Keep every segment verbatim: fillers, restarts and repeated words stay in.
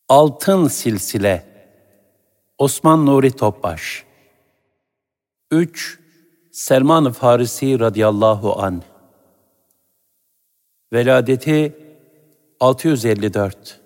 Altın Silsile Osman Nuri Topbaş. üç. Selman-ı Farisi radıyallahu anh. Veladeti altı yüz elli dört.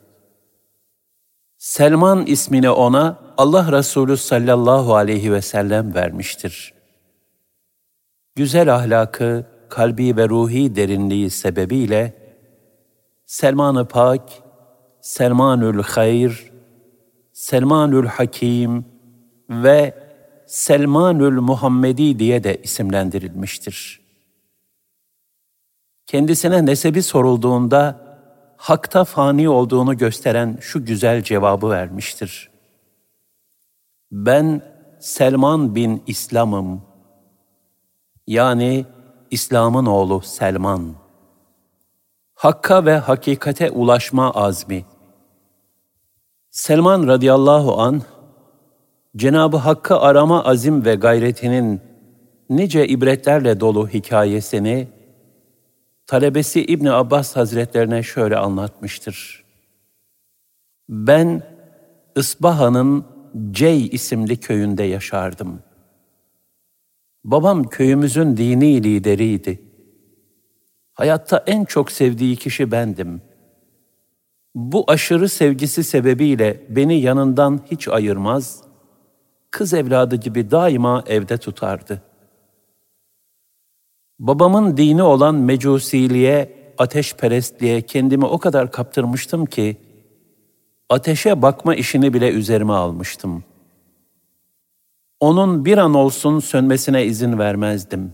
Selman ismini ona Allah Resulü sallallahu aleyhi ve sellem vermiştir. Güzel ahlakı, kalbi ve ruhi derinliği sebebiyle Selman-ı Pak, Selmanül Hayr, Selmanül Hakim ve Selmanül Muhammedi diye de isimlendirilmiştir. Kendisine nesebi sorulduğunda hakta fani olduğunu gösteren şu güzel cevabı vermiştir. Ben Selman bin İslam'ım. Yani İslam'ın oğlu Selman. Hakka ve hakikate ulaşma azmi. Selman radıyallahu anh, Cenab-ı Hakk'ı arama azim ve gayretinin nice ibretlerle dolu hikayesini talebesi İbn Abbas Hazretlerine şöyle anlatmıştır. Ben Isbaha'nın Cey isimli köyünde yaşardım. Babam köyümüzün dini lideriydi. Hayatta en çok sevdiği kişi bendim. Bu aşırı sevgisi sebebiyle beni yanından hiç ayırmaz, kız evladı gibi daima evde tutardı. Babamın dini olan mecusiliğe, ateşperestliğe kendimi o kadar kaptırmıştım ki, ateşe bakma işini bile üzerime almıştım. Onun bir an olsun sönmesine izin vermezdim.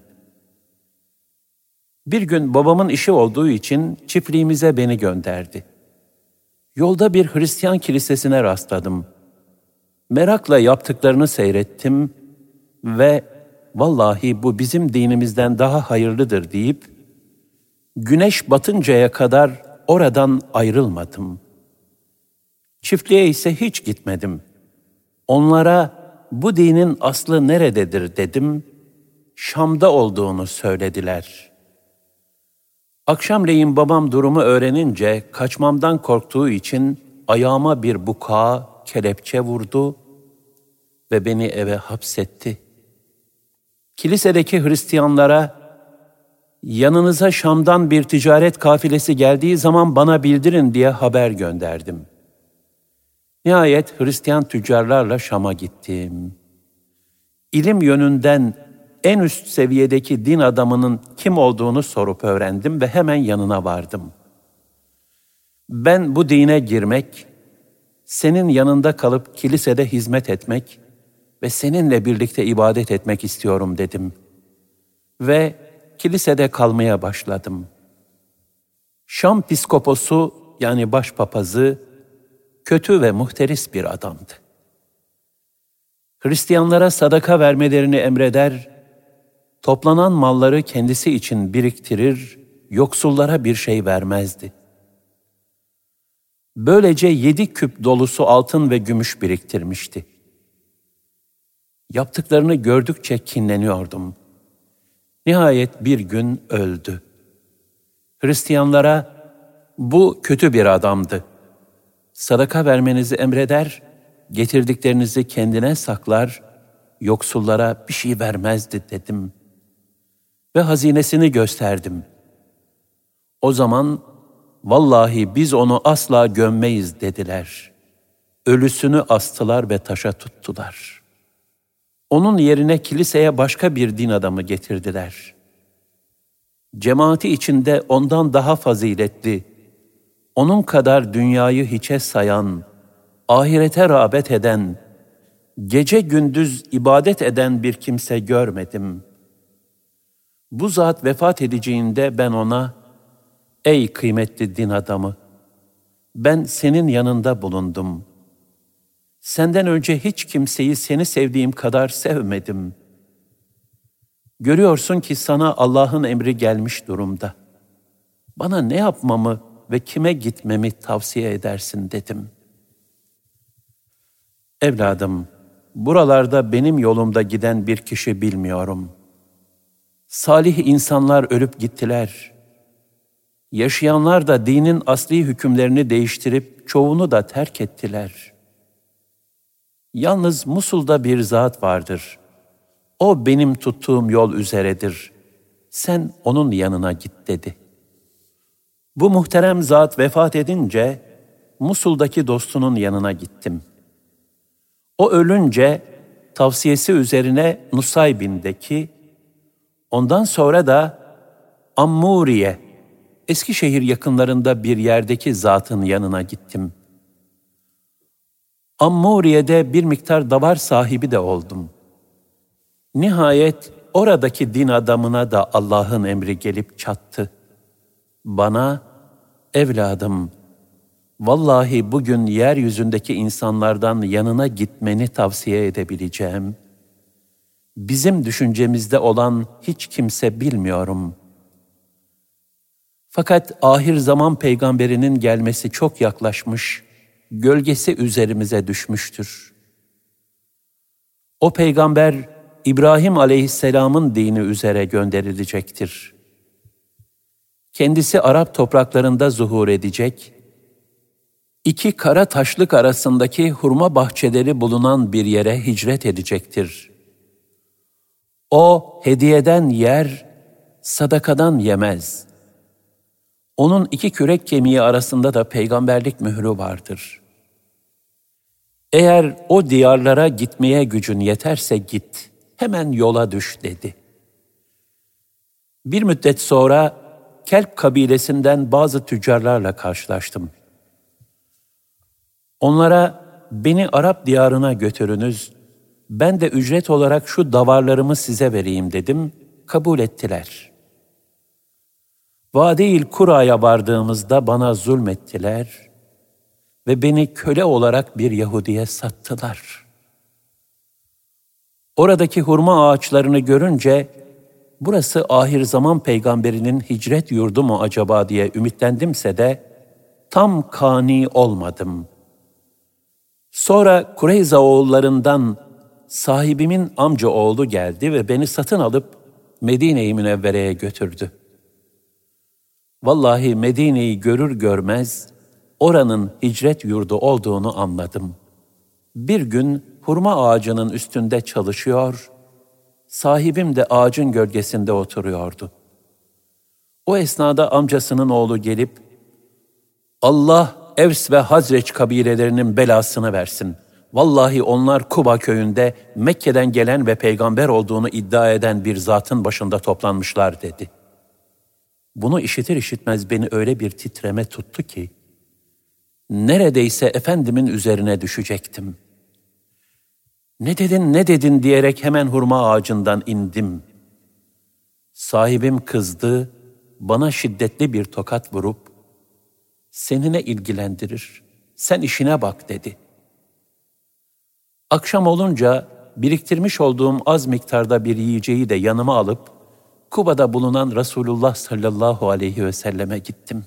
Bir gün babamın işi olduğu için çiftliğimize beni gönderdi. Yolda bir Hristiyan kilisesine rastladım. Merakla yaptıklarını seyrettim ve vallahi bu bizim dinimizden daha hayırlıdır deyip, güneş batıncaya kadar oradan ayrılmadım. Çiftliğe ise hiç gitmedim. Onlara bu dinin aslı nerededir dedim, Şam'da olduğunu söylediler. Akşamleyin babam durumu öğrenince kaçmamdan korktuğu için ayağıma bir bukağa kelepçe vurdu ve beni eve hapsetti. Kilisedeki Hristiyanlara, yanınıza Şam'dan bir ticaret kafilesi geldiği zaman bana bildirin diye haber gönderdim. Nihayet Hristiyan tüccarlarla Şam'a gittim. İlim yönünden en üst seviyedeki din adamının kim olduğunu sorup öğrendim ve hemen yanına vardım. Ben bu dine girmek, senin yanında kalıp kilisede hizmet etmek ve seninle birlikte ibadet etmek istiyorum dedim. Ve kilisede kalmaya başladım. Şam piskoposu yani başpapazı kötü ve muhteris bir adamdı. Hristiyanlara sadaka vermelerini emreder, toplanan malları kendisi için biriktirir, yoksullara bir şey vermezdi. Böylece yedi küp dolusu altın ve gümüş biriktirmişti. Yaptıklarını gördükçe kinleniyordum. Nihayet bir gün öldü. Hristiyanlara, bu kötü bir adamdı. Sadaka vermenizi emreder, getirdiklerinizi kendine saklar, yoksullara bir şey vermezdi dedim. Ve hazinesini gösterdim. O zaman, vallahi biz onu asla gömmeyiz dediler. Ölüsünü astılar ve taşa tuttular. Onun yerine kiliseye başka bir din adamı getirdiler. Cemaati içinde ondan daha faziletli, onun kadar dünyayı hiçe sayan, ahirete rağbet eden, gece gündüz ibadet eden bir kimse görmedim. Bu zat vefat edeceğinde ben ona, ey kıymetli din adamı, ben senin yanında bulundum. Senden önce hiç kimseyi seni sevdiğim kadar sevmedim. Görüyorsun ki sana Allah'ın emri gelmiş durumda. Bana ne yapmamı ve kime gitmemi tavsiye edersin dedim. Evladım, buralarda benim yolumda giden bir kişi bilmiyorum. Salih insanlar ölüp gittiler. Yaşayanlar da dinin asli hükümlerini değiştirip çoğunu da terk ettiler. Yalnız Musul'da bir zat vardır. O benim tuttuğum yol üzeredir. Sen onun yanına git dedi. Bu muhterem zat vefat edince Musul'daki dostunun yanına gittim. O ölünce tavsiyesi üzerine Nusaybin'deki, ondan sonra da Ammuriye, Eskişehir yakınlarında bir yerdeki zatın yanına gittim. Ammuriye'de bir miktar davar sahibi de oldum. Nihayet oradaki din adamına da Allah'ın emri gelip çattı. Bana, evladım, vallahi bugün yeryüzündeki insanlardan yanına gitmeni tavsiye edebileceğim. Bizim düşüncemizde olan hiç kimse bilmiyorum. Fakat ahir zaman peygamberinin gelmesi çok yaklaşmış, gölgesi üzerimize düşmüştür. O peygamber İbrahim aleyhisselamın dini üzere gönderilecektir. Kendisi Arap topraklarında zuhur edecek, İki kara taşlık arasındaki hurma bahçeleri bulunan bir yere hicret edecektir. O hediyeden yer, sadakadan yemez. Onun iki kürek kemiği arasında da peygamberlik mührü vardır. Eğer o diyarlara gitmeye gücün yeterse git, hemen yola düş dedi. Bir müddet sonra Kelp kabilesinden bazı tüccarlarla karşılaştım. Onlara beni Arap diyarına götürünüz, ben de ücret olarak şu davarlarımı size vereyim dedim, kabul ettiler. Vadi-i Kura'ya vardığımızda bana zulmettiler ve beni köle olarak bir Yahudiye sattılar. Oradaki hurma ağaçlarını görünce, burası ahir zaman peygamberinin hicret yurdu mu acaba diye ümitlendimse de, tam kani olmadım. Sonra Kureyza oğullarından sahibimin amca oğlu geldi ve beni satın alıp Medine-i Münevvere'ye götürdü. Vallahi Medine'yi görür görmez oranın hicret yurdu olduğunu anladım. Bir gün hurma ağacının üstünde çalışıyor, sahibim de ağacın gölgesinde oturuyordu. O esnada amcasının oğlu gelip, Allah Evs ve Hazreç kabilelerinin belasını versin. Vallahi onlar Kuba köyünde Mekke'den gelen ve peygamber olduğunu iddia eden bir zatın başında toplanmışlar dedi. Bunu işitir işitmez beni öyle bir titreme tuttu ki, neredeyse Efendimin üzerine düşecektim. Ne dedin, ne dedin diyerek hemen hurma ağacından indim. Sahibim kızdı, bana şiddetli bir tokat vurup, seni ne ilgilendirir, sen işine bak dedi. Akşam olunca biriktirmiş olduğum az miktarda bir yiyeceği de yanıma alıp, Kuba'da bulunan Resulullah sallallahu aleyhi ve selleme gittim.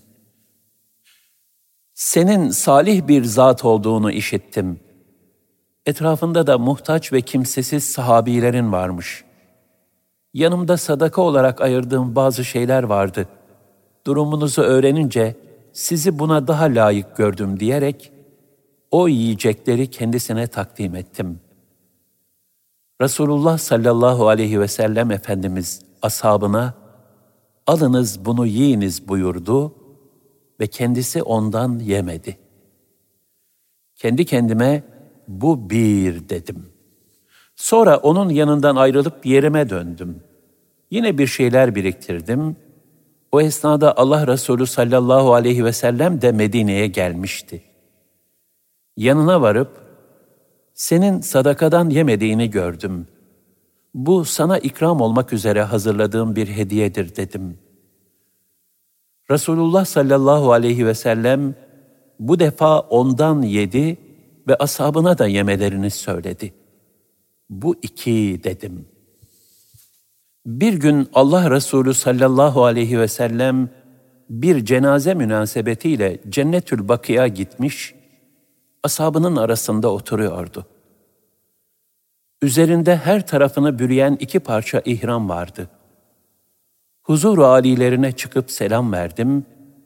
Senin salih bir zat olduğunu işittim. Etrafında da muhtaç ve kimsesiz sahabilerin varmış. Yanımda sadaka olarak ayırdığım bazı şeyler vardı. Durumunuzu öğrenince sizi buna daha layık gördüm diyerek o yiyecekleri kendisine takdim ettim. Resulullah sallallahu aleyhi ve sellem Efendimiz ashabına, alınız bunu yiyiniz buyurdu ve kendisi ondan yemedi. Kendi kendime bu bir dedim. Sonra onun yanından ayrılıp yerime döndüm. Yine bir şeyler biriktirdim. O esnada Allah Resulü sallallahu aleyhi ve sellem de Medine'ye gelmişti. Yanına varıp, senin sadakadan yemediğini gördüm. Bu sana ikram olmak üzere hazırladığım bir hediyedir dedim. Resulullah sallallahu aleyhi ve sellem bu defa ondan yedi ve ashabına da yemelerini söyledi. Bu iki dedim. Bir gün Allah Resulü sallallahu aleyhi ve sellem bir cenaze münasebetiyle Cennetül Bakı'ya gitmiş, ashabının arasında oturuyordu. Üzerinde her tarafını bürüyen iki parça ihram vardı. Huzur-u âlilerine çıkıp selam verdim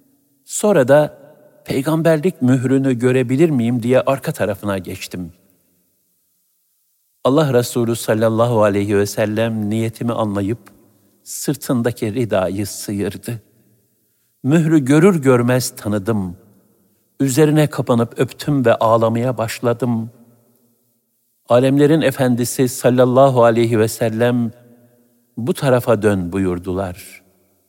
Sonra da peygamberlik mührünü görebilir miyim diye arka tarafına geçtim. Allah Resulü sallallahu aleyhi ve sellem niyetimi anlayıp sırtındaki ridayı sıyırdı. Mührü görür görmez tanıdım. Üzerine kapanıp öptüm ve ağlamaya başladım. Alemlerin efendisi sallallahu aleyhi ve sellem bu tarafa dön buyurdular.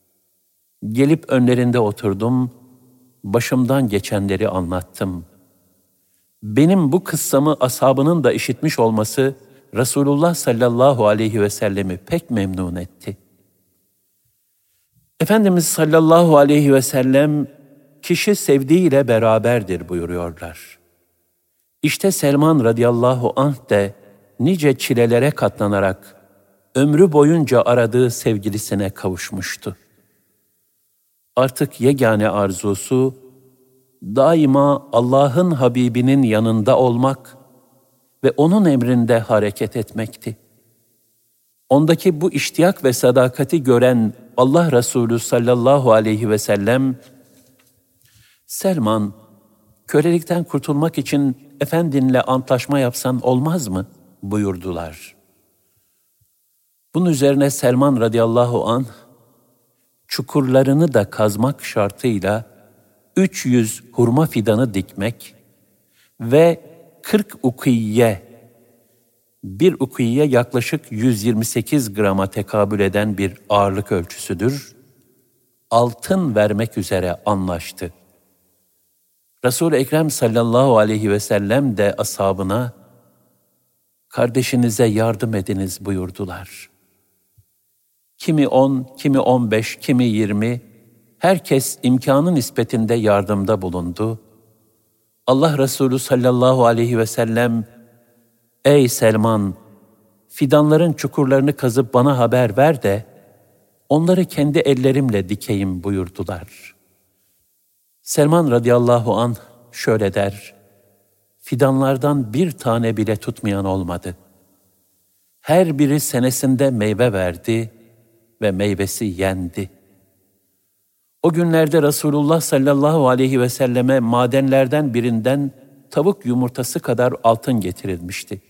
Gelip önlerinde oturdum, başımdan geçenleri anlattım. Benim bu kıssamı ashabının da işitmiş olması Resulullah sallallahu aleyhi ve sellemi pek memnun etti. Efendimiz sallallahu aleyhi ve sellem kişi sevdiğiyle beraberdir buyuruyorlar. İşte Selman radıyallahu anh de nice çilelere katlanarak ömrü boyunca aradığı sevgilisine kavuşmuştu. Artık yegane arzusu daima Allah'ın Habibinin yanında olmak ve onun emrinde hareket etmekti. Ondaki bu iştiyak ve sadakati gören Allah Resulü sallallahu aleyhi ve sellem, Selman, kölelikten kurtulmak için efendinle antlaşma yapsan olmaz mı? Buyurdular. Bunun üzerine Selman radıyallahu anh, çukurlarını da kazmak şartıyla üç yüz hurma fidanı dikmek ve kırk ukiye, bir ukiye yaklaşık yüz yirmi sekiz grama tekabül eden bir ağırlık ölçüsüdür, altın vermek üzere anlaştı. Resul-i Ekrem sallallahu aleyhi ve sellem de ashabına, kardeşinize yardım ediniz buyurdular. Kimi on, kimi on beş, kimi yirmi, herkes imkanı nispetinde yardımda bulundu. Allah Resulü sallallahu aleyhi ve sellem, ey Selman, fidanların çukurlarını kazıp bana haber ver de, onları kendi ellerimle dikeyim buyurdular. Selman radıyallahu anh şöyle der, fidanlardan bir tane bile tutmayan olmadı. Her biri senesinde meyve verdi ve meyvesi yendi. O günlerde Resulullah sallallahu aleyhi ve selleme madenlerden birinden tavuk yumurtası kadar altın getirilmişti.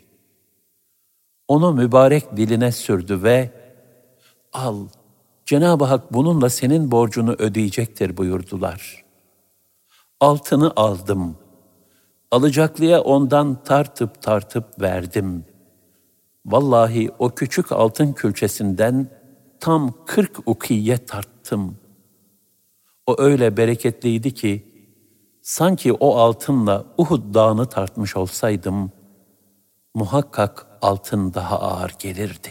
Onu mübarek diline sürdü ve al, Cenab-ı Hak bununla senin borcunu ödeyecektir buyurdular. Altını aldım. Alacaklıya ondan tartıp tartıp verdim. Vallahi o küçük altın külçesinden tam kırk ukiye tarttım. O öyle bereketliydi ki, sanki o altınla Uhud dağını tartmış olsaydım, muhakkak altın daha ağır gelirdi.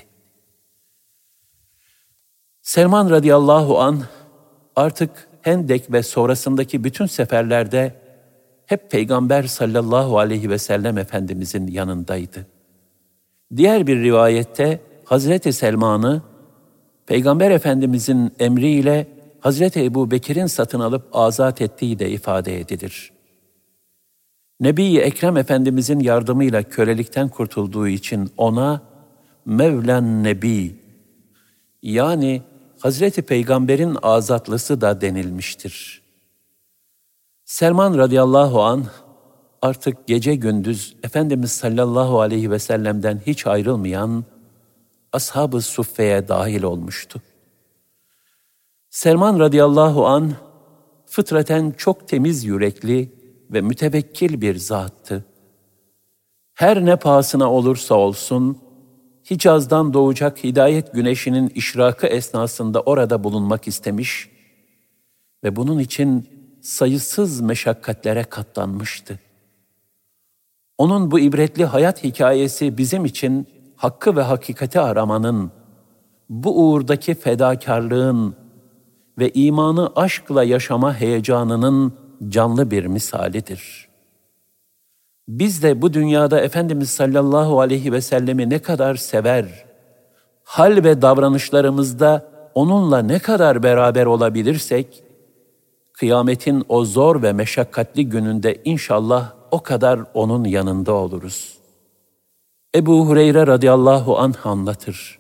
Selman radıyallahu anh artık Hendek ve sonrasındaki bütün seferlerde hep Peygamber sallallahu aleyhi ve sellem Efendimizin yanındaydı. Diğer bir rivayette Hazreti Selman'ı Peygamber Efendimizin emriyle Hazreti Ebu Bekir'in satın alıp azat ettiği de ifade edilir. Nebi-i Ekrem Efendimizin yardımıyla kölelikten kurtulduğu için ona Mevlen Nebi, yani Hazreti Peygamber'in azatlısı da denilmiştir. Selman radıyallahu anh artık gece gündüz Efendimiz sallallahu aleyhi ve sellem'den hiç ayrılmayan ashab-ı suffeye dahil olmuştu. Selman radıyallahu anh fıtraten çok temiz yürekli ve mütevekkil bir zattı. Her ne pahasına olursa olsun, Hicaz'dan doğacak hidayet güneşinin işrakı esnasında orada bulunmak istemiş ve bunun için sayısız meşakkatlere katlanmıştı. Onun bu ibretli hayat hikayesi bizim için hakkı ve hakikati aramanın, bu uğurdaki fedakarlığın ve imanı aşkla yaşama heyecanının canlı bir misalidir. Biz de bu dünyada Efendimiz sallallahu aleyhi ve sellemi ne kadar sever, hal ve davranışlarımızda onunla ne kadar beraber olabilirsek, kıyametin o zor ve meşakkatli gününde inşallah o kadar onun yanında oluruz. Ebu Hureyre radıyallahu anh anlatır.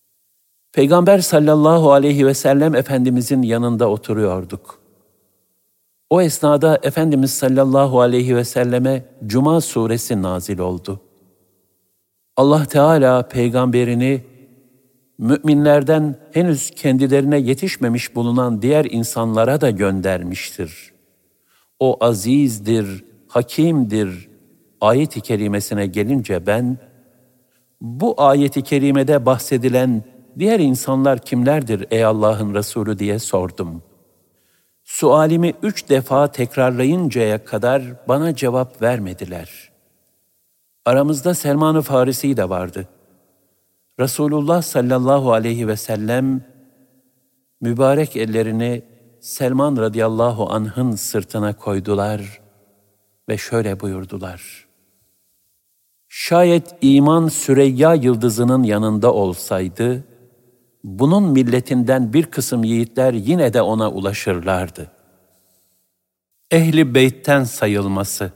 Peygamber sallallahu aleyhi ve sellem Efendimizin yanında oturuyorduk. O esnada Efendimiz sallallahu aleyhi ve selleme Cuma suresi nazil oldu. Allah Teala peygamberini müminlerden henüz kendilerine yetişmemiş bulunan diğer insanlara da göndermiştir. O azizdir, hakimdir ayet-i kerimesine gelince ben, bu ayet-i kerimede bahsedilen diğer insanlar kimlerdir ey Allah'ın Resulü diye sordum. Sualimi üç defa tekrarlayıncaya kadar bana cevap vermediler. Aramızda Selman-ı Farisi de vardı. Resulullah sallallahu aleyhi ve sellem mübarek ellerini Selman radıyallahu anh'ın sırtına koydular ve şöyle buyurdular. Şayet iman Süreyya yıldızının yanında olsaydı, bunun milletinden bir kısım yiğitler yine de ona ulaşırlardı. Ehli Beyt'ten sayılması.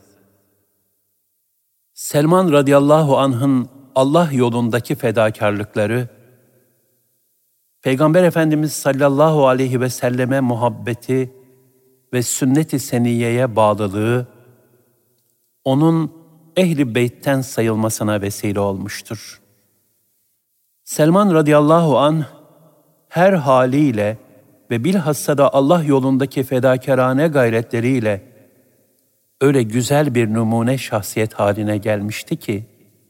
Selman radıyallahu anh'ın Allah yolundaki fedakarlıkları, Peygamber Efendimiz sallallahu aleyhi ve selleme muhabbeti ve sünnet-i seniyeye bağlılığı, onun Ehli Beyt'ten sayılmasına vesile olmuştur. Selman radıyallahu anh, her haliyle ve bilhassa da Allah yolundaki fedakarane gayretleriyle öyle güzel bir numune şahsiyet haline gelmişti ki,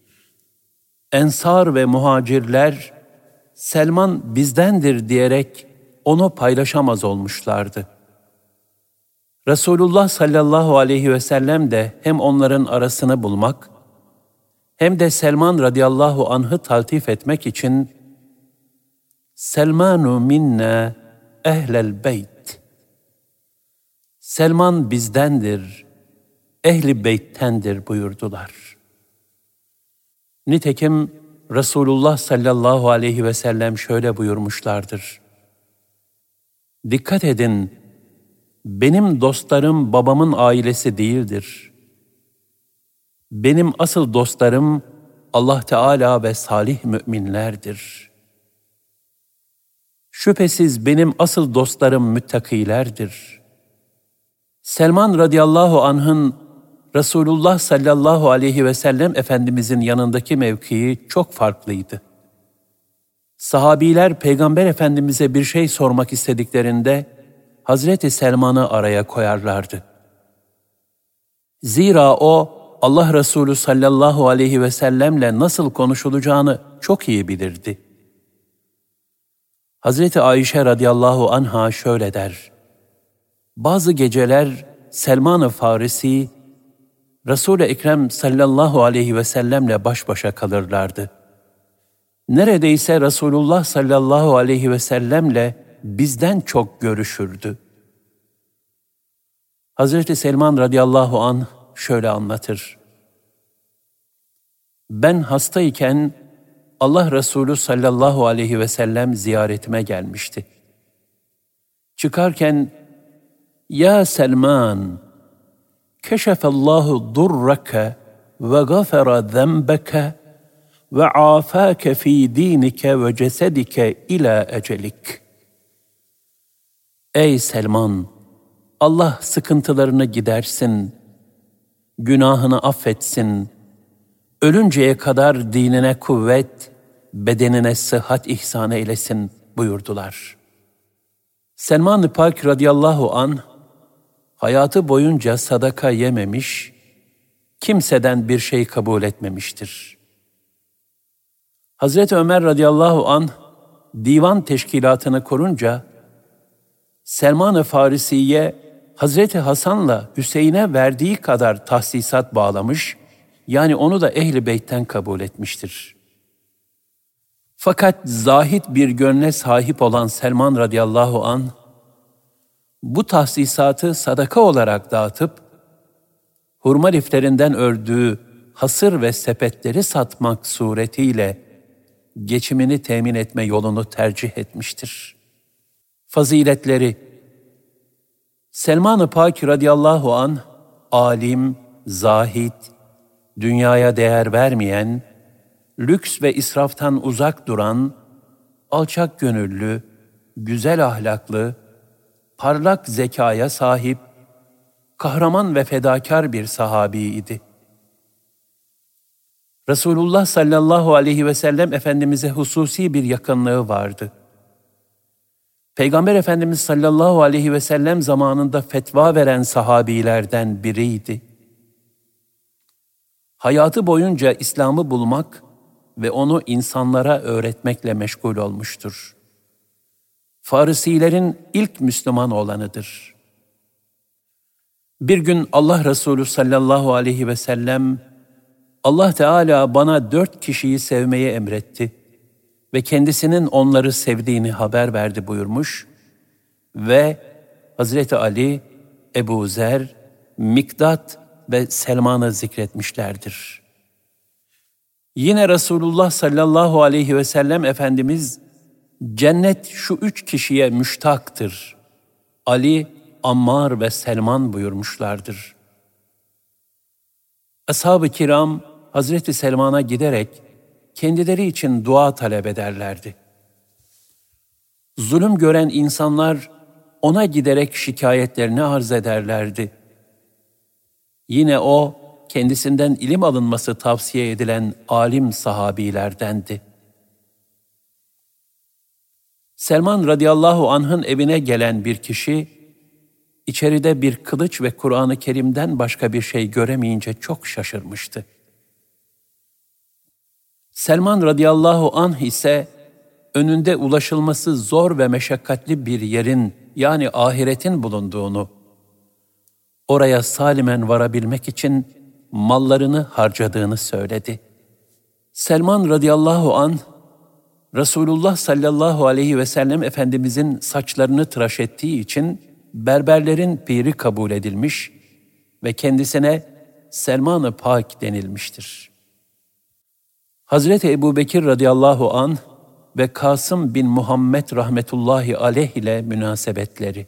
Ensar ve muhacirler, Selman bizdendir diyerek onu paylaşamaz olmuşlardı. Resulullah sallallahu aleyhi ve sellem de hem onların arasını bulmak, hem de Selman radıyallahu anh'ı taltif etmek için Selmanu minna ehlel beyt. Selman bizdendir, ehli beyttendir buyurdular. Nitekim Resulullah sallallahu aleyhi ve sellem şöyle buyurmuşlardır. Dikkat edin, benim dostlarım babamın ailesi değildir. Benim asıl dostlarım Allah Teala ve salih müminlerdir. Şüphesiz benim asıl dostlarım müttakilerdir. Selman radıyallahu anh'ın Resulullah sallallahu aleyhi ve sellem Efendimizin yanındaki mevkii çok farklıydı. Sahabiler Peygamber Efendimiz'e bir şey sormak istediklerinde Hazreti Selman'ı araya koyarlardı. Zira o Allah Resulü sallallahu aleyhi ve sellemle nasıl konuşulacağını çok iyi bilirdi. Hazreti Ayşe radıyallahu anha şöyle der. Bazı geceler Selman-ı Farisi, Resul-i Ekrem sallallahu aleyhi ve sellemle baş başa kalırlardı. Neredeyse Resulullah sallallahu aleyhi ve sellemle bizden çok görüşürdü. Hazreti Selman radıyallahu anh şöyle anlatır. Ben hastayken Allah Resulü sallallahu aleyhi ve sellem ziyaretime gelmişti. Çıkarken, Ya Selman, keşefallahu durraka ve gafara zenbeke ve afake fi dinike ve cesedike ila ecelik. Ey Selman, Allah sıkıntılarını gidersin, günahını affetsin, ölünceye kadar dinine kuvvet, bedenine sıhhat ihsan eylesin buyurdular. Selman-ı Pak radıyallahu anh, hayatı boyunca sadaka yememiş, kimseden bir şey kabul etmemiştir. Hazreti Ömer radıyallahu anh, divan teşkilatını kurunca, Selman-ı Farisi'ye Hazreti Hasan'la Hüseyin'e verdiği kadar tahsisat bağlamış, yani onu da Ehl-i Beyt'ten kabul etmiştir. Fakat zahit bir gönle sahip olan Selman radıyallahu anh, bu tahsisatı sadaka olarak dağıtıp, hurma liflerinden ördüğü hasır ve sepetleri satmak suretiyle geçimini temin etme yolunu tercih etmiştir. Faziletleri: Selman-ı Pak radıyallahu anh, alim, zahid, dünyaya değer vermeyen, lüks ve israftan uzak duran, alçak gönüllü, güzel ahlaklı, parlak zekaya sahip, kahraman ve fedakar bir sahabiydi. Resulullah sallallahu aleyhi ve sellem Efendimiz'e hususi bir yakınlığı vardı. Peygamber Efendimiz sallallahu aleyhi ve sellem zamanında fetva veren sahabilerden biriydi. Hayatı boyunca İslam'ı bulmak ve onu insanlara öğretmekle meşgul olmuştur. Farisilerin ilk Müslüman olanıdır. Bir gün Allah Resulü sallallahu aleyhi ve sellem, Allah Teala bana dört kişiyi sevmeyi emretti ve kendisinin onları sevdiğini haber verdi buyurmuş ve Hazreti Ali, Ebu Zer, Mikdat ve Selman'ı zikretmişlerdir. Yine Resulullah sallallahu aleyhi ve sellem Efendimiz, cennet şu üç kişiye müştaktır. Ali, Ammar ve Selman buyurmuşlardır. Ashab-ı kiram Hazreti Selman'a giderek kendileri için dua talep ederlerdi. Zulüm gören insanlar ona giderek şikayetlerini arz ederlerdi. Yine o, kendisinden ilim alınması tavsiye edilen alim sahabilerdendi. Selman radıyallahu anh'ın evine gelen bir kişi, içeride bir kılıç ve Kur'an-ı Kerim'den başka bir şey göremeyince çok şaşırmıştı. Selman radıyallahu anh ise, önünde ulaşılması zor ve meşakkatli bir yerin, yani ahiretin bulunduğunu, oraya salimen varabilmek için mallarını harcadığını söyledi. Selman radıyallahu anh, Resulullah sallallahu aleyhi ve sellem Efendimizin saçlarını tıraş ettiği için berberlerin piri kabul edilmiş ve kendisine Selman-ı Pak denilmiştir. Hazreti Ebubekir radıyallahu anh ve Kasım bin Muhammed rahmetullahi aleyh ile münasebetleri.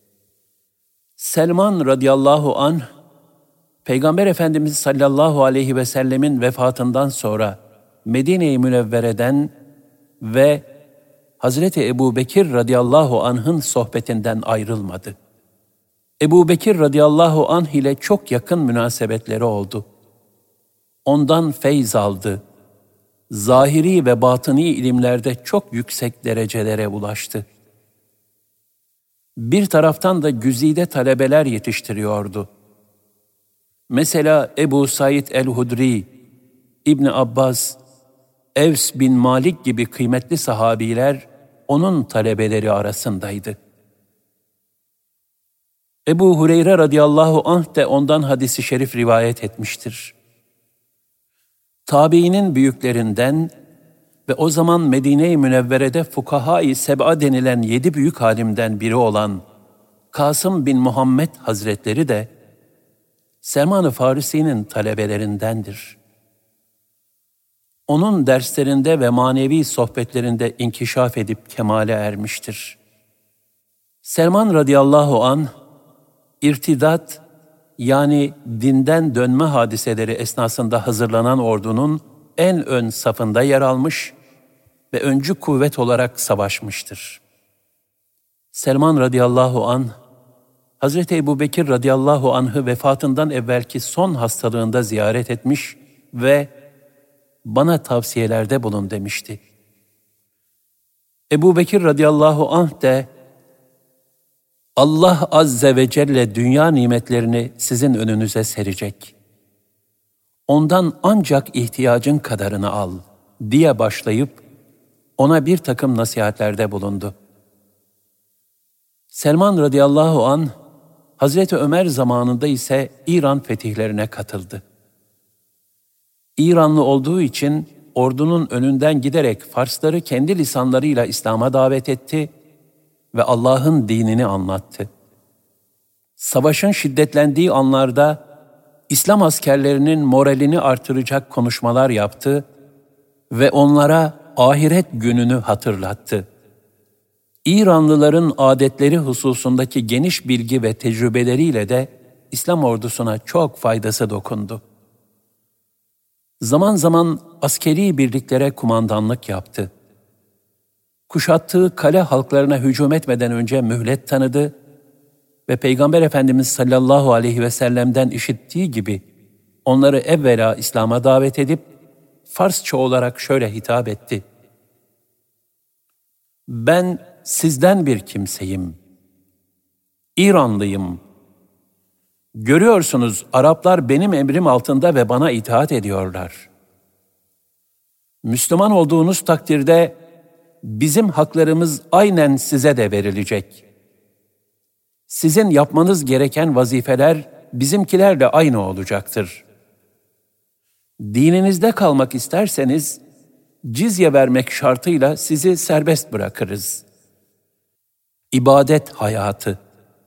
Selman radıyallahu anh, Peygamber Efendimiz sallallahu aleyhi ve sellemin vefatından sonra Medine-i Münevvere'den ve Hazreti Ebubekir radıyallahu anh'ın sohbetinden ayrılmadı. Ebubekir radıyallahu anh ile çok yakın münasebetleri oldu. Ondan feyz aldı. Zahiri ve batıni ilimlerde çok yüksek derecelere ulaştı. Bir taraftan da güzide talebeler yetiştiriyordu. Mesela Ebu Said el-Hudri, İbn Abbas, Evs bin Malik gibi kıymetli sahabiler onun talebeleri arasındaydı. Ebu Hureyre radıyallahu anh de ondan hadis-i şerif rivayet etmiştir. Tabiinin büyüklerinden ve o zaman Medine-i Münevvere'de Fukaha-i Seb'a denilen yedi büyük alimden biri olan Kasım bin Muhammed Hazretleri de Selman-ı Farisi'nin talebelerindendir. Onun derslerinde ve manevi sohbetlerinde inkişaf edip kemale ermiştir. Selman radıyallahu anh, irtidat, yani dinden dönme hadiseleri esnasında hazırlanan ordunun en ön safında yer almış ve öncü kuvvet olarak savaşmıştır. Selman radıyallahu anh, Hazreti Ebubekir radıyallahu anh'ı vefatından evvelki son hastalığında ziyaret etmiş ve bana tavsiyelerde bulun demişti. Ebubekir radıyallahu anh de, Allah azze ve celle dünya nimetlerini sizin önünüze serecek. Ondan ancak ihtiyacın kadarını al diye başlayıp ona bir takım nasihatlerde bulundu. Selman radıyallahu anh, Hazreti Ömer zamanında ise İran fetihlerine katıldı. İranlı olduğu için ordunun önünden giderek Farsları kendi lisanlarıyla İslam'a davet etti ve Allah'ın dinini anlattı. Savaşın şiddetlendiği anlarda İslam askerlerinin moralini artıracak konuşmalar yaptı ve onlara ahiret gününü hatırlattı. İranlıların adetleri hususundaki geniş bilgi ve tecrübeleriyle de İslam ordusuna çok faydası dokundu. Zaman zaman askeri birliklere kumandanlık yaptı. Kuşattığı kale halklarına hücum etmeden önce mühlet tanıdı ve Peygamber Efendimiz sallallahu aleyhi ve sellem'den işittiği gibi onları evvela İslam'a davet edip Farsça olarak şöyle hitap etti: "Ben sizden bir kimseyim. İranlıyım. Görüyorsunuz Araplar benim emrim altında ve bana itaat ediyorlar. Müslüman olduğunuz takdirde bizim haklarımız aynen size de verilecek. Sizin yapmanız gereken vazifeler bizimkilerle aynı olacaktır. Dininizde kalmak isterseniz cizye vermek şartıyla sizi serbest bırakırız." İbadet hayatı.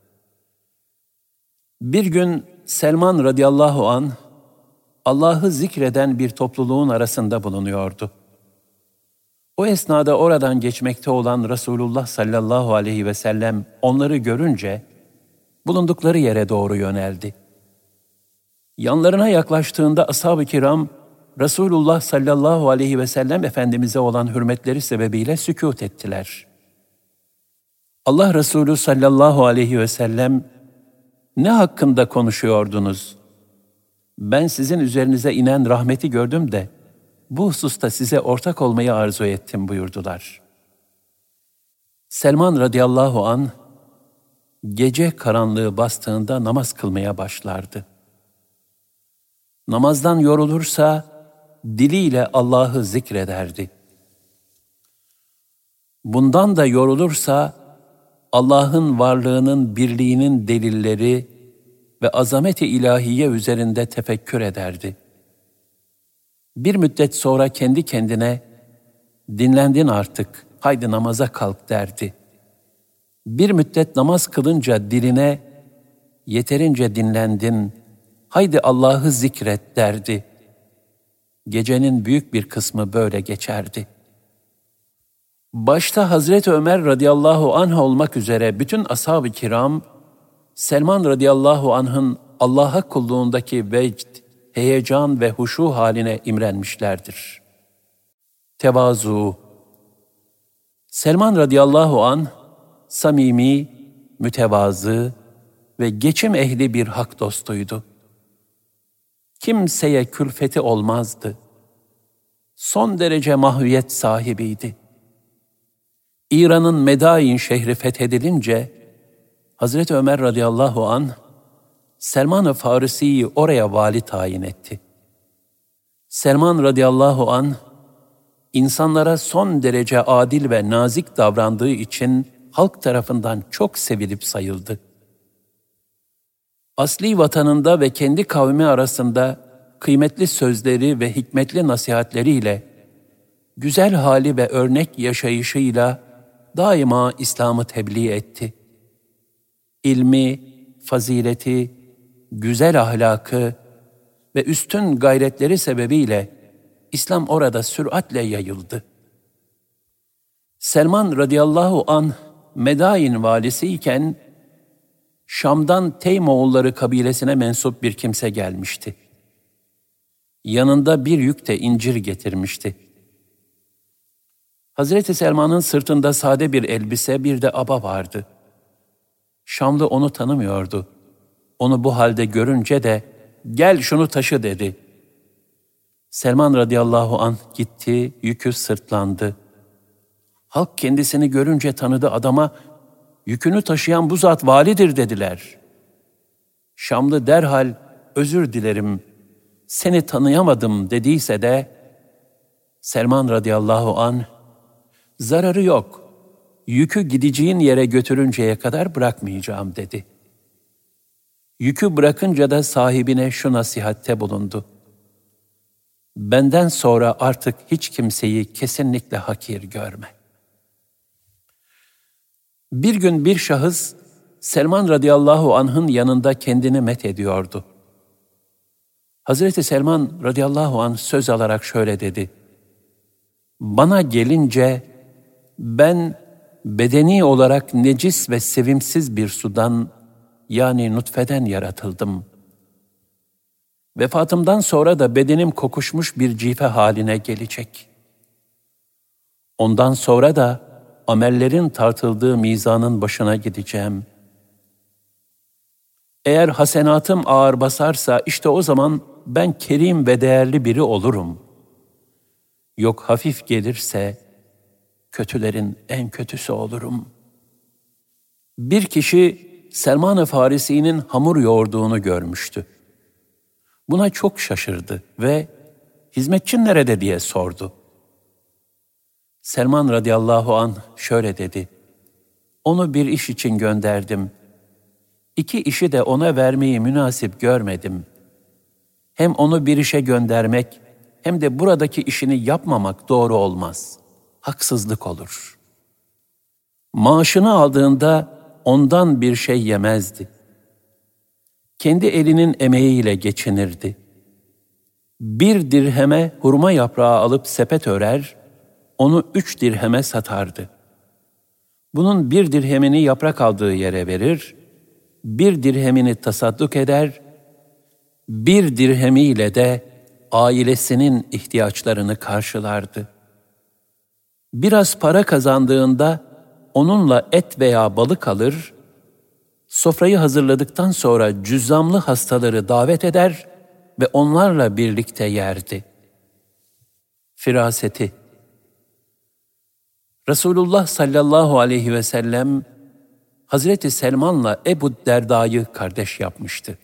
Bir gün Selman radıyallahu anh, Allah'ı zikreden bir topluluğun arasında bulunuyordu. O esnada oradan geçmekte olan Resulullah sallallahu aleyhi ve sellem onları görünce bulundukları yere doğru yöneldi. Yanlarına yaklaştığında ashab-ı kiram, Resulullah sallallahu aleyhi ve sellem Efendimiz'e olan hürmetleri sebebiyle sükût ettiler. Allah Resulü sallallahu aleyhi ve sellem, "Ne hakkında konuşuyordunuz? Ben sizin üzerinize inen rahmeti gördüm de, bu hususta size ortak olmayı arzu ettim" buyurdular. Selman radıyallahu anh, gece karanlığı bastığında namaz kılmaya başlardı. Namazdan yorulursa, diliyle Allah'ı zikrederdi. Bundan da yorulursa, Allah'ın varlığının birliğinin delilleri ve azamet-i ilahiye üzerinde tefekkür ederdi. Bir müddet sonra kendi kendine, "Dinlendin artık, haydi namaza kalk" derdi. Bir müddet namaz kılınca diline, "Yeterince dinlendin, haydi Allah'ı zikret" derdi. Gecenin büyük bir kısmı böyle geçerdi. Başta Hazreti Ömer radıyallahu anh olmak üzere bütün ashab-ı kiram, Selman radıyallahu anh'ın Allah'a kulluğundaki vecd, heyecan ve huşu haline imrenmişlerdir. Tevazu. Selman radıyallahu anh, samimi, mütevazı ve geçim ehli bir hak dostuydu. Kimseye külfeti olmazdı. Son derece mahviyet sahibiydi. İran'ın Medain şehri fethedilince, Hazreti Ömer radıyallahu anh, Selman-ı Farisi'yi oraya vali tayin etti. Selman radıyallahu anh, insanlara son derece adil ve nazik davrandığı için halk tarafından çok sevilip sayıldı. Asli vatanında ve kendi kavmi arasında kıymetli sözleri ve hikmetli nasihatleriyle, güzel hali ve örnek yaşayışıyla daima İslam'ı tebliğ etti. İlmi, fazileti, güzel ahlakı ve üstün gayretleri sebebiyle İslam orada süratle yayıldı. Selman radıyallahu anh Medain valisi iken Şam'dan Teymoğulları kabilesine mensup bir kimse gelmişti. Yanında bir yük de incir getirmişti. Hazreti Selman'ın sırtında sade bir elbise, bir de aba vardı. Şamlı onu tanımıyordu. Onu bu halde görünce de "Gel şunu taşı" dedi. Selman radıyallahu anh gitti, yükü sırtlandı. Halk kendisini görünce tanıdı, adama "Yükünü taşıyan bu zat validir" dediler. Şamlı derhal "Özür dilerim, seni tanıyamadım" dediyse de Selman radıyallahu anh, "Zararı yok, yükü gideceğin yere götürünceye kadar bırakmayacağım" dedi. Yükü bırakınca da sahibine şu nasihatte bulundu: "Benden sonra artık hiç kimseyi kesinlikle hakir görme." Bir gün bir şahıs Selman radıyallahu anh'ın yanında kendini met ediyordu. Hazreti Selman radıyallahu anh söz alarak şöyle dedi: "Bana gelince ben bedeni olarak necis ve sevimsiz bir sudan, yani nutfeden yaratıldım. Vefatımdan sonra da bedenim kokuşmuş bir cife haline gelecek. Ondan sonra da amellerin tartıldığı mizanın başına gideceğim. Eğer hasenatım ağır basarsa işte o zaman ben kerim ve değerli biri olurum. Yok hafif gelirse kötülerin en kötüsü olurum. Bir kişi Selman-ı Farisi'nin hamur yoğurduğunu görmüştü. Buna çok şaşırdı ve hizmetçin nerede diye sordu. Selman radıyallahu anh şöyle dedi: Onu bir iş için gönderdim. İki işi de ona vermeyi münasip görmedim. Hem onu bir işe göndermek hem de buradaki işini yapmamak doğru olmaz. Haksızlık olur. Maaşını aldığında ondan bir şey yemezdi. Kendi elinin emeğiyle geçinirdi. Bir dirheme hurma yaprağı alıp sepet örer, onu üç dirheme satardı. Bunun bir dirhemini yaprak aldığı yere verir, bir dirhemini tasadduk eder, bir dirhemiyle de ailesinin ihtiyaçlarını karşılardı. Biraz para kazandığında onunla et veya balık alır, sofrayı hazırladıktan sonra cüzzamlı hastaları davet eder ve onlarla birlikte yerdi. Firaseti. Resulullah sallallahu aleyhi ve sellem Hazreti Selman'la Ebu Derda'yı kardeş yapmıştı.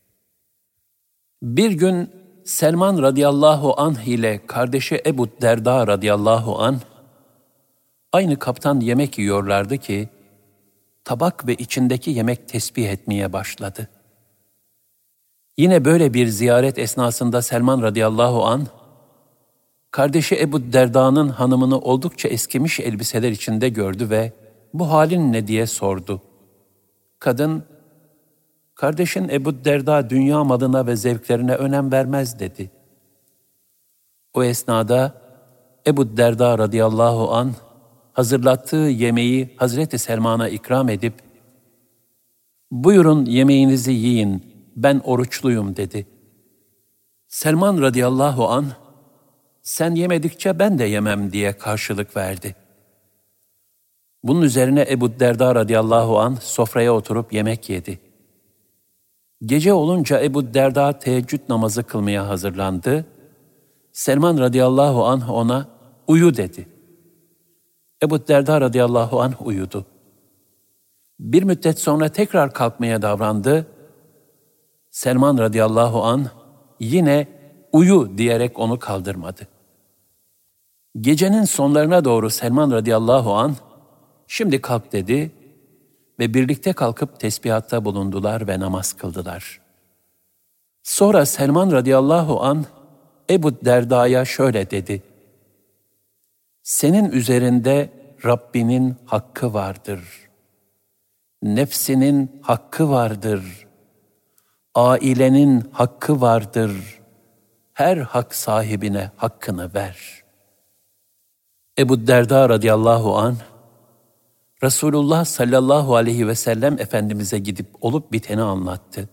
Bir gün Selman radıyallahu anh ile kardeşi Ebu Derda radıyallahu anh aynı kaptan yemek yiyorlardı ki tabak ve içindeki yemek tesbih etmeye başladı. Yine böyle bir ziyaret esnasında Selman radıyallahu anh kardeşi Ebu Derda'nın hanımını oldukça eskimiş elbiseler içinde gördü ve bu halin ne diye sordu. Kadın, kardeşin Ebu Derda dünya malına ve zevklerine önem vermez dedi. O esnada Ebu Derda radıyallahu anh hazırlattığı yemeği Hazreti Selman'a ikram edip, buyurun yemeğinizi yiyin, ben oruçluyum dedi. Selman radıyallahu anh, sen yemedikçe ben de yemem diye karşılık verdi. Bunun üzerine Ebu Derda radıyallahu anh sofraya oturup yemek yedi. Gece olunca Ebu Derda teheccüd namazı kılmaya hazırlandı. Selman radıyallahu anh ona uyu dedi. Ebu Derda radıyallahu anh uyudu. Bir müddet sonra tekrar kalkmaya davrandı. Selman radıyallahu anh yine uyu diyerek onu kaldırmadı. Gecenin sonlarına doğru Selman radıyallahu anh şimdi kalk dedi ve birlikte kalkıp tesbihatta bulundular ve namaz kıldılar. Sonra Selman radıyallahu anh Ebu Derda'ya şöyle dedi: Senin üzerinde Rabbinin hakkı vardır. Nefsinin hakkı vardır. Ailenin hakkı vardır. Her hak sahibine hakkını ver. Ebu Derda radıyallahu anh, Resulullah sallallahu aleyhi ve sellem Efendimiz'e gidip olup biteni anlattı.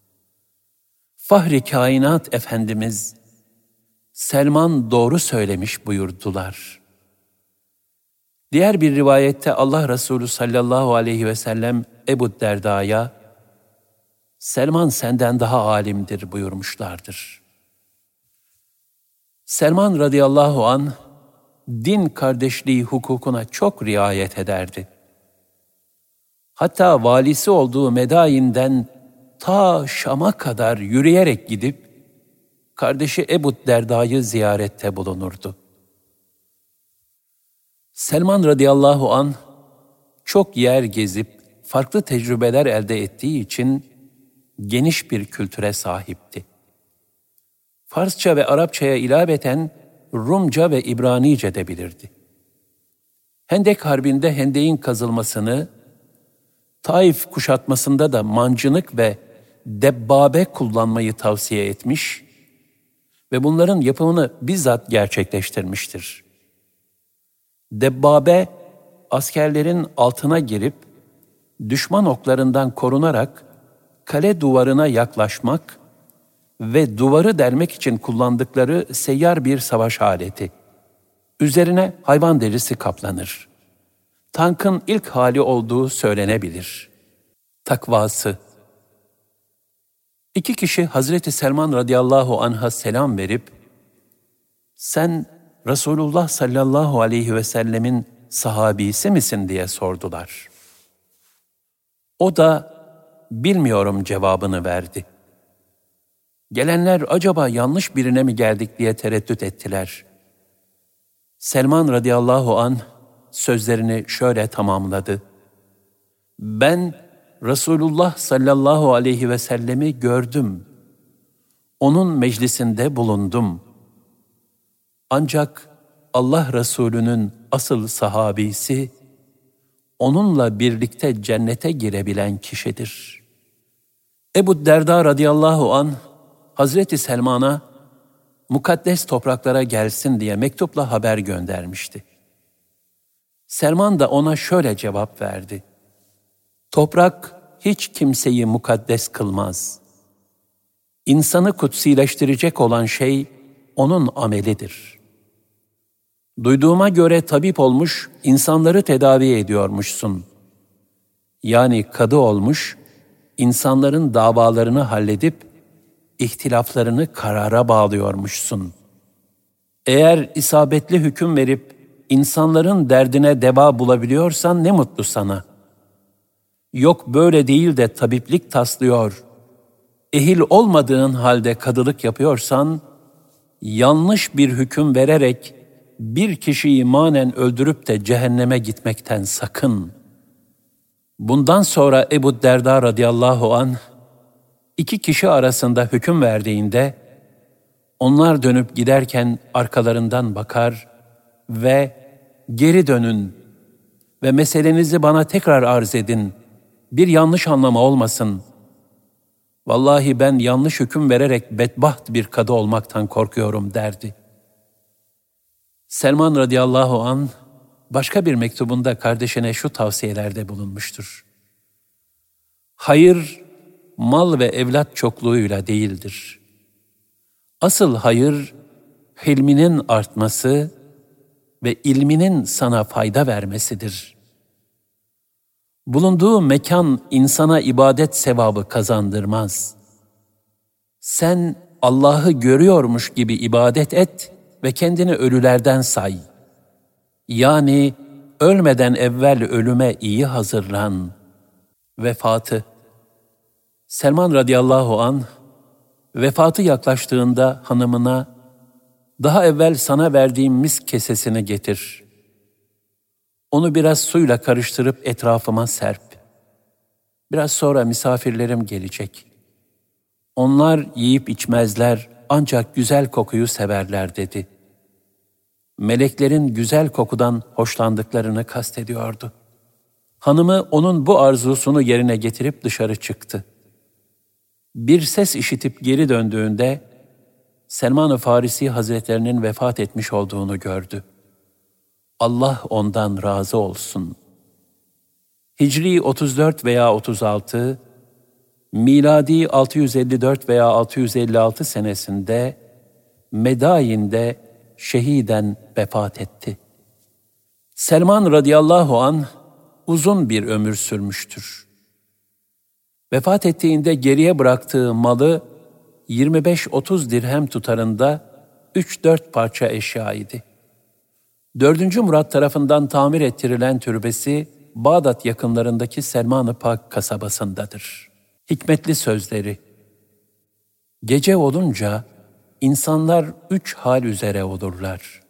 Fahri kainat Efendimiz, Selman doğru söylemiş buyurdular. Diğer bir rivayette Allah Resulü sallallahu aleyhi ve sellem Ebu Derda'ya, Selman senden daha alimdir buyurmuşlardır. Selman radıyallahu anh, din kardeşliği hukukuna çok riayet ederdi. Hatta valisi olduğu Medain'den ta Şam'a kadar yürüyerek gidip, kardeşi Ebu Derda'yı ziyarette bulunurdu. Selman radıyallahu anh, çok yer gezip, farklı tecrübeler elde ettiği için geniş bir kültüre sahipti. Farsça ve Arapçaya ilaveten Rumca ve İbranice de bilirdi. Hendek Harbi'nde hendeğin kazılmasını, Taif kuşatmasında da mancınık ve debbabe kullanmayı tavsiye etmiş ve bunların yapımını bizzat gerçekleştirmiştir. Debbabe, askerlerin altına girip, düşman oklarından korunarak kale duvarına yaklaşmak ve duvarı delmek için kullandıkları seyyar bir savaş aleti. Üzerine hayvan derisi kaplanır. Tankın ilk hali olduğu söylenebilir. Takvası. İki kişi Hazreti Selman radıyallahu anh'a selam verip, "Sen Resulullah sallallahu aleyhi ve sellemin sahabisi misin?" diye sordular. O da "Bilmiyorum" cevabını verdi. Gelenler acaba yanlış birine mi geldik diye tereddüt ettiler. Selman radıyallahu anh sözlerini şöyle tamamladı: "Ben Resulullah sallallahu aleyhi ve sellemi gördüm. Onun meclisinde bulundum. Ancak Allah Resulü'nün asıl sahabisi, onunla birlikte cennete girebilen kişidir." Ebu Derda radıyallahu anh, Hazreti Selman'a mukaddes topraklara gelsin diye mektupla haber göndermişti. Selman da ona şöyle cevap verdi: "Toprak hiç kimseyi mukaddes kılmaz. İnsanı kutsileştirecek olan şey onun amelidir. Duyduğuma göre tabip olmuş, insanları tedavi ediyormuşsun. Yani kadı olmuş, insanların davalarını halledip ihtilaflarını karara bağlıyormuşsun. Eğer isabetli hüküm verip insanların derdine deva bulabiliyorsan ne mutlu sana. Yok böyle değil de tabiplik taslıyor, ehil olmadığın halde kadılık yapıyorsan, yanlış bir hüküm vererek bir kişiyi manen öldürüp de cehenneme gitmekten sakın." Bundan sonra Ebu Derda radıyallahu anh, iki kişi arasında hüküm verdiğinde, onlar dönüp giderken arkalarından bakar ve "Geri dönün ve meselenizi bana tekrar arz edin, bir yanlış anlama olmasın. Vallahi ben yanlış hüküm vererek bedbaht bir kadı olmaktan korkuyorum" derdi. Selman radıyallahu anh, başka bir mektubunda kardeşine şu tavsiyelerde bulunmuştur: "Hayır, mal ve evlat çokluğuyla değildir. Asıl hayır, hilminin artması ve ilminin sana fayda vermesidir. Bulunduğu mekan insana ibadet sevabı kazandırmaz. Sen Allah'ı görüyormuş gibi ibadet et ve kendini ölülerden say. Yani ölmeden evvel ölüme iyi hazırlan." Vefatı. Selman radıyallahu anh, vefatı yaklaştığında hanımına, "Daha evvel sana verdiğim misk kesesini getir. Onu biraz suyla karıştırıp etrafıma serp. Biraz sonra misafirlerim gelecek. Onlar yiyip içmezler, ancak güzel kokuyu severler" dedi. Meleklerin güzel kokudan hoşlandıklarını kastediyordu. Hanımı onun bu arzusunu yerine getirip dışarı çıktı. Bir ses işitip geri döndüğünde Selman-ı Farisi Hazretlerinin vefat etmiş olduğunu gördü. Allah ondan razı olsun. Hicri otuz dört veya otuz altı, miladi altı yüz elli dört veya altı yüz elli altı senesinde Medayin'de şehiden vefat etti. Selman radıyallahu anh uzun bir ömür sürmüştür. Vefat ettiğinde geriye bıraktığı malı yirmi beş otuz dirhem tutarında üç dört parça eşya idi. dördüncü Murat tarafından tamir ettirilen türbesi Bağdat yakınlarındaki Selman-ı Pak kasabasındadır. Hikmetli sözleri: "Gece olunca insanlar üç hal üzere olurlar.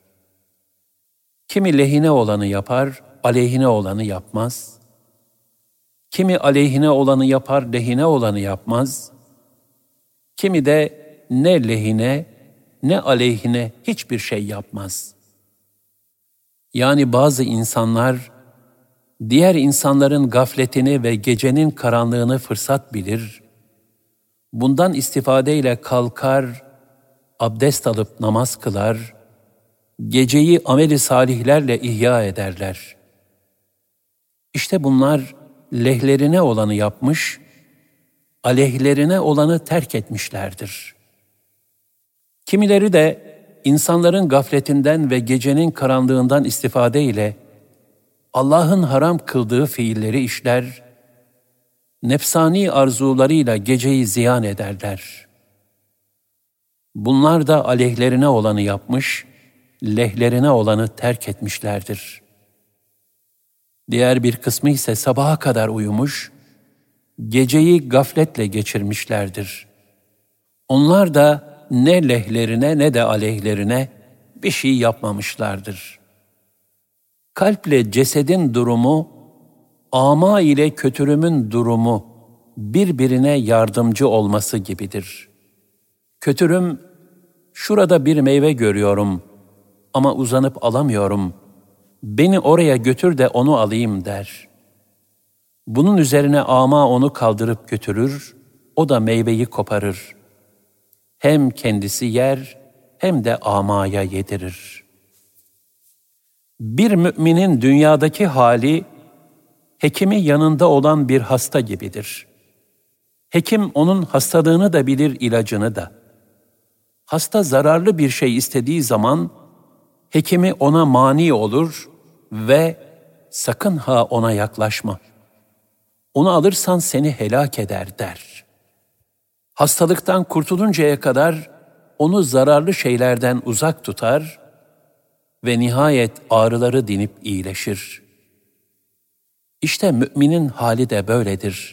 Kimi lehine olanı yapar, aleyhine olanı yapmaz. Kimi aleyhine olanı yapar, lehine olanı yapmaz. Kimi de ne lehine ne aleyhine hiçbir şey yapmaz." Yani bazı insanlar, diğer insanların gafletini ve gecenin karanlığını fırsat bilir, bundan istifadeyle kalkar, abdest alıp namaz kılar, geceyi amel-i salihlerle ihya ederler. İşte bunlar lehlerine olanı yapmış, aleyhlerine olanı terk etmişlerdir. Kimileri de insanların gafletinden ve gecenin karanlığından istifade ile Allah'ın haram kıldığı fiilleri işler, nefsani arzularıyla geceyi ziyan ederler. Bunlar da aleyhlerine olanı yapmış, lehlerine olanı terk etmişlerdir. Diğer bir kısmı ise sabaha kadar uyumuş, geceyi gafletle geçirmişlerdir. Onlar da ne lehlerine ne de aleyhlerine bir şey yapmamışlardır. Kalple cesedin durumu, ama ile kötürümün durumu birbirine yardımcı olması gibidir. Kötürüm, şurada bir meyve görüyorum ama uzanıp alamıyorum. Beni oraya götür de onu alayım der. Bunun üzerine ama onu kaldırıp götürür, o da meyveyi koparır. Hem kendisi yer hem de amaya yedirir. Bir müminin dünyadaki hali, hekimi yanında olan bir hasta gibidir. Hekim onun hastalığını da bilir, ilacını da. Hasta zararlı bir şey istediği zaman, hekimi ona mani olur ve sakın ha ona yaklaşma. Onu alırsan seni helak eder der. Hastalıktan kurtuluncaya kadar onu zararlı şeylerden uzak tutar ve nihayet ağrıları dinip iyileşir. İşte müminin hali de böyledir.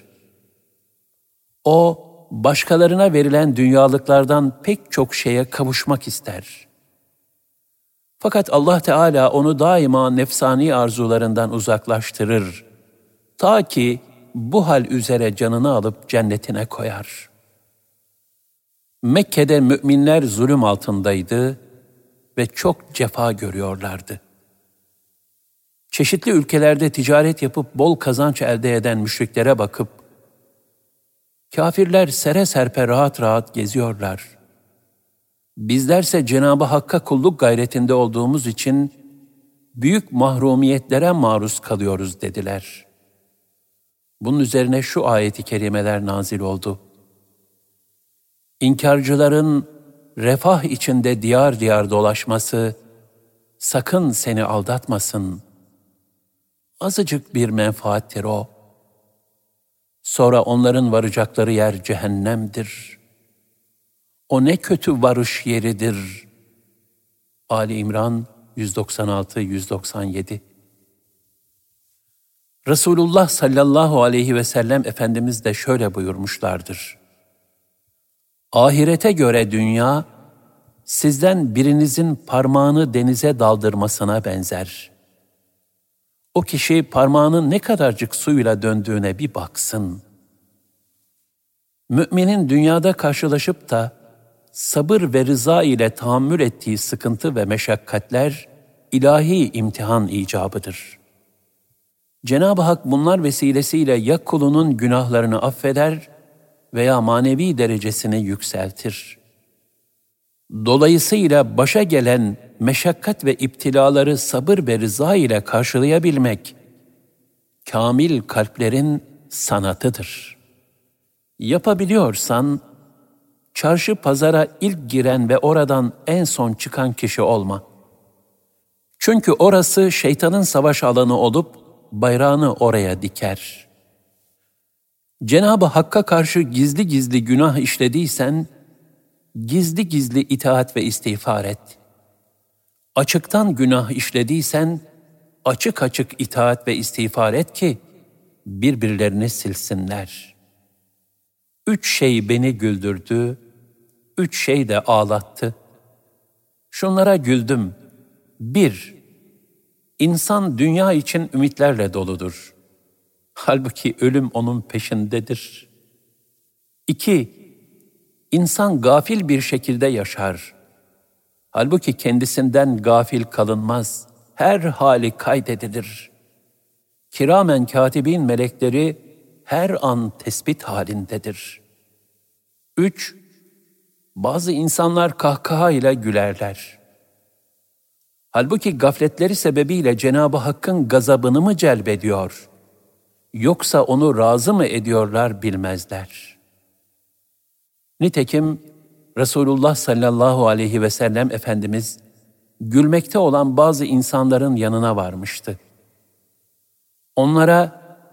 O, başkalarına verilen dünyalıklardan pek çok şeye kavuşmak ister. Fakat Allah Teala onu daima nefsani arzularından uzaklaştırır. Ta ki bu hal üzere canını alıp cennetine koyar. Mekke'de müminler zulüm altındaydı ve çok cefa görüyorlardı. Çeşitli ülkelerde ticaret yapıp bol kazanç elde eden müşriklere bakıp, kafirler sere serpe rahat rahat geziyorlar. Bizlerse Cenab-ı Hakk'a kulluk gayretinde olduğumuz için büyük mahrumiyetlere maruz kalıyoruz dediler. Bunun üzerine şu ayet-i kerimeler nazil oldu. İnkarcıların refah içinde diyar diyar dolaşması sakın seni aldatmasın. Azıcık bir menfaattir o. Sonra onların varacakları yer cehennemdir. O ne kötü varış yeridir. Ali İmran yüz doksan altı yüz doksan yedi. Resulullah sallallahu aleyhi ve sellem Efendimiz de şöyle buyurmuşlardır. Ahirete göre dünya, sizden birinizin parmağını denize daldırmasına benzer. O kişi parmağının ne kadarcık suyla döndüğüne bir baksın. Müminin dünyada karşılaşıp da sabır ve rıza ile tahammül ettiği sıkıntı ve meşakkatler ilahi imtihan icabıdır. Cenab-ı Hak bunlar vesilesiyle ya kulunun günahlarını affeder veya manevi derecesini yükseltir. Dolayısıyla başa gelen meşakkat ve iptilaları sabır ve rıza ile karşılayabilmek, kamil kalplerin sanatıdır. Yapabiliyorsan, çarşı pazara ilk giren ve oradan en son çıkan kişi olma. Çünkü orası şeytanın savaş alanı olup, bayrağını oraya diker. Cenab-ı Hakk'a karşı gizli gizli günah işlediysen, gizli gizli itaat ve istiğfar et. Açıktan günah işlediysen, açık açık itaat ve istiğfar et ki, birbirlerini silsinler. Üç şey beni güldürdü, üç şey de ağlattı. Şunlara güldüm. Bir, insan dünya için ümitlerle doludur. Halbuki ölüm onun peşindedir. İki, insan gafil bir şekilde yaşar. Halbuki kendisinden gafil kalınmaz. Her hali kaydedilir. Kiramen katibin melekleri her an tespit halindedir. Üç, bazı insanlar kahkaha ile gülerler. Halbuki gafletleri sebebiyle Cenab-ı Hakk'ın gazabını mı celbediyor, yoksa onu razı mı ediyorlar bilmezler. Nitekim Resulullah sallallahu aleyhi ve sellem Efendimiz, gülmekte olan bazı insanların yanına varmıştı. Onlara,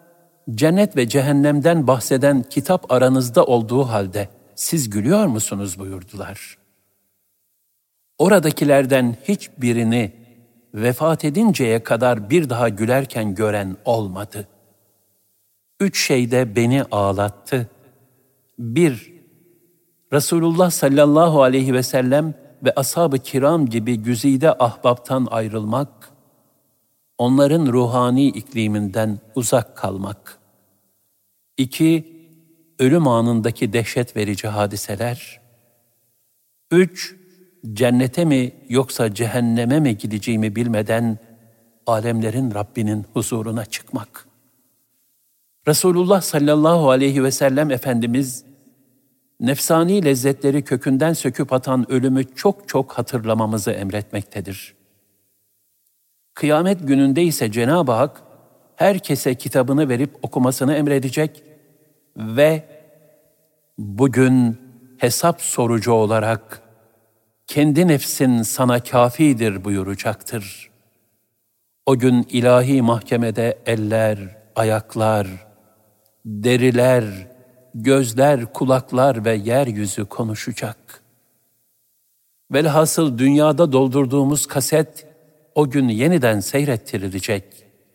cennet ve cehennemden bahseden kitap aranızda olduğu halde siz gülüyor musunuz buyurdular. Oradakilerden hiçbirini vefat edinceye kadar bir daha gülerken gören olmadı. Üç şey de beni ağlattı. Bir, Resulullah sallallahu aleyhi ve sellem ve ashab-ı kiram gibi güzide ahbaptan ayrılmak, onların ruhani ikliminden uzak kalmak. İki, ölüm anındaki dehşet verici hadiseler. Üç, cennete mi yoksa cehenneme mi gideceğimi bilmeden alemlerin Rabbinin huzuruna çıkmak. Resulullah sallallahu aleyhi ve sellem Efendimiz, nefsani lezzetleri kökünden söküp atan ölümü çok çok hatırlamamızı emretmektedir. Kıyamet gününde ise Cenab-ı Hak, herkese kitabını verip okumasını emredecek ve bugün hesap sorucu olarak kendi nefsin sana kafidir buyuracaktır. O gün ilahi mahkemede eller, ayaklar, deriler, gözler, kulaklar ve yeryüzü konuşacak. Velhasıl dünyada doldurduğumuz kaset o gün yeniden seyrettirilecek.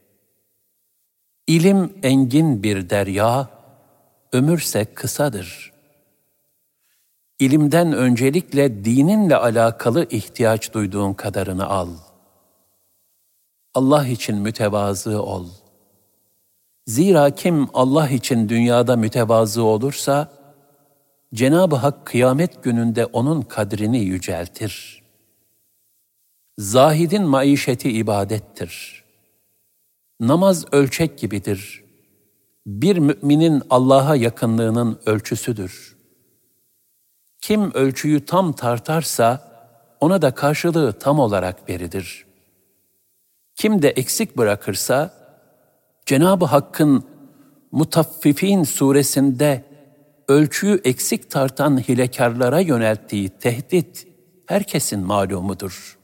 İlim engin bir derya, ömürse kısadır. İlimden öncelikle dininle alakalı ihtiyaç duyduğun kadarını al. Allah için mütevazı ol. Zira kim Allah için dünyada mütevazı olursa, Cenab-ı Hak kıyamet gününde onun kadrini yüceltir. Zahidin maişeti ibadettir. Namaz ölçek gibidir. Bir müminin Allah'a yakınlığının ölçüsüdür. Kim ölçüyü tam tartarsa, ona da karşılığı tam olarak verilir. Kim de eksik bırakırsa, Cenab-ı Hakk'ın Mutaffifin suresinde ölçüyü eksik tartan hilekarlara yönelttiği tehdit herkesin malumudur.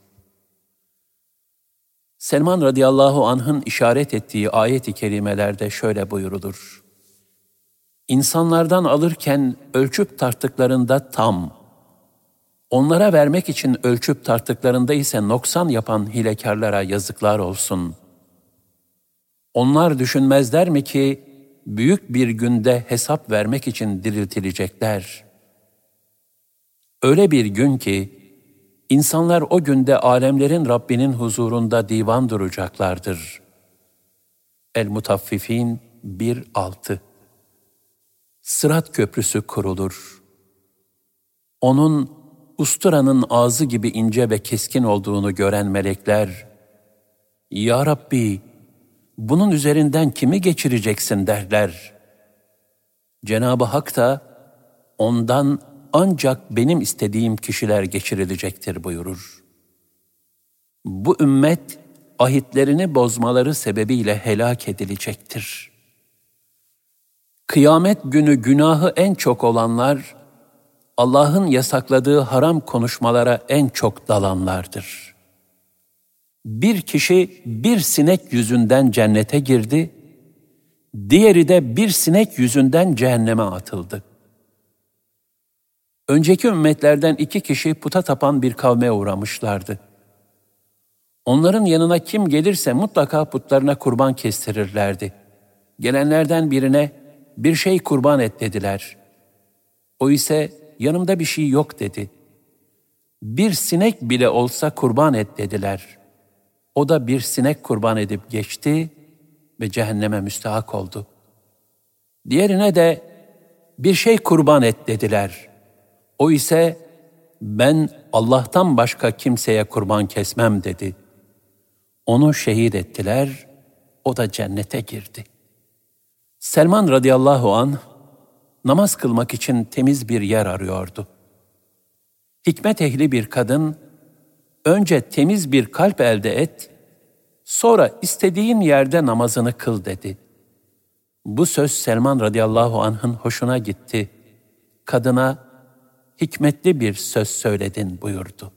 Selman radıyallahu anh'ın işaret ettiği ayet-i kerimelerde şöyle buyurulur. İnsanlardan alırken ölçüp tarttıklarında tam, onlara vermek için ölçüp tarttıklarında ise noksan yapan hilekarlara yazıklar olsun. Onlar düşünmezler mi ki büyük bir günde hesap vermek için diriltilecekler? Öyle bir gün ki insanlar o günde alemlerin Rabbinin huzurunda divan duracaklardır. El-Mutaffifin bir altı. Sırat köprüsü kurulur. Onun usturanın ağzı gibi ince ve keskin olduğunu gören melekler, "Ya Rabbi, bunun üzerinden kimi geçireceksin?" derler. Cenab-ı Hak da ondan ancak benim istediğim kişiler geçirilecektir buyurur. Bu ümmet ahitlerini bozmaları sebebiyle helak edilecektir. Kıyamet günü günahı en çok olanlar, Allah'ın yasakladığı haram konuşmalara en çok dalanlardır. Bir kişi bir sinek yüzünden cennete girdi, diğeri de bir sinek yüzünden cehenneme atıldı. Önceki ümmetlerden iki kişi puta tapan bir kavme uğramışlardı. Onların yanına kim gelirse mutlaka putlarına kurban kestirirlerdi. Gelenlerden birine bir şey kurban et dediler. O ise yanımda bir şey yok dedi. Bir sinek bile olsa kurban et dediler. O da bir sinek kurban edip geçti ve cehenneme müstahak oldu. Diğerine de bir şey kurban et dediler. O ise ben Allah'tan başka kimseye kurban kesmem dedi. Onu şehit ettiler, o da cennete girdi. Selman radıyallahu anh, namaz kılmak için temiz bir yer arıyordu. Hikmet ehli bir kadın, önce temiz bir kalp elde et, sonra istediğin yerde namazını kıl dedi. Bu söz Selman radıyallahu anh'ın hoşuna gitti. Kadına, hikmetli bir söz söyledin buyurdu.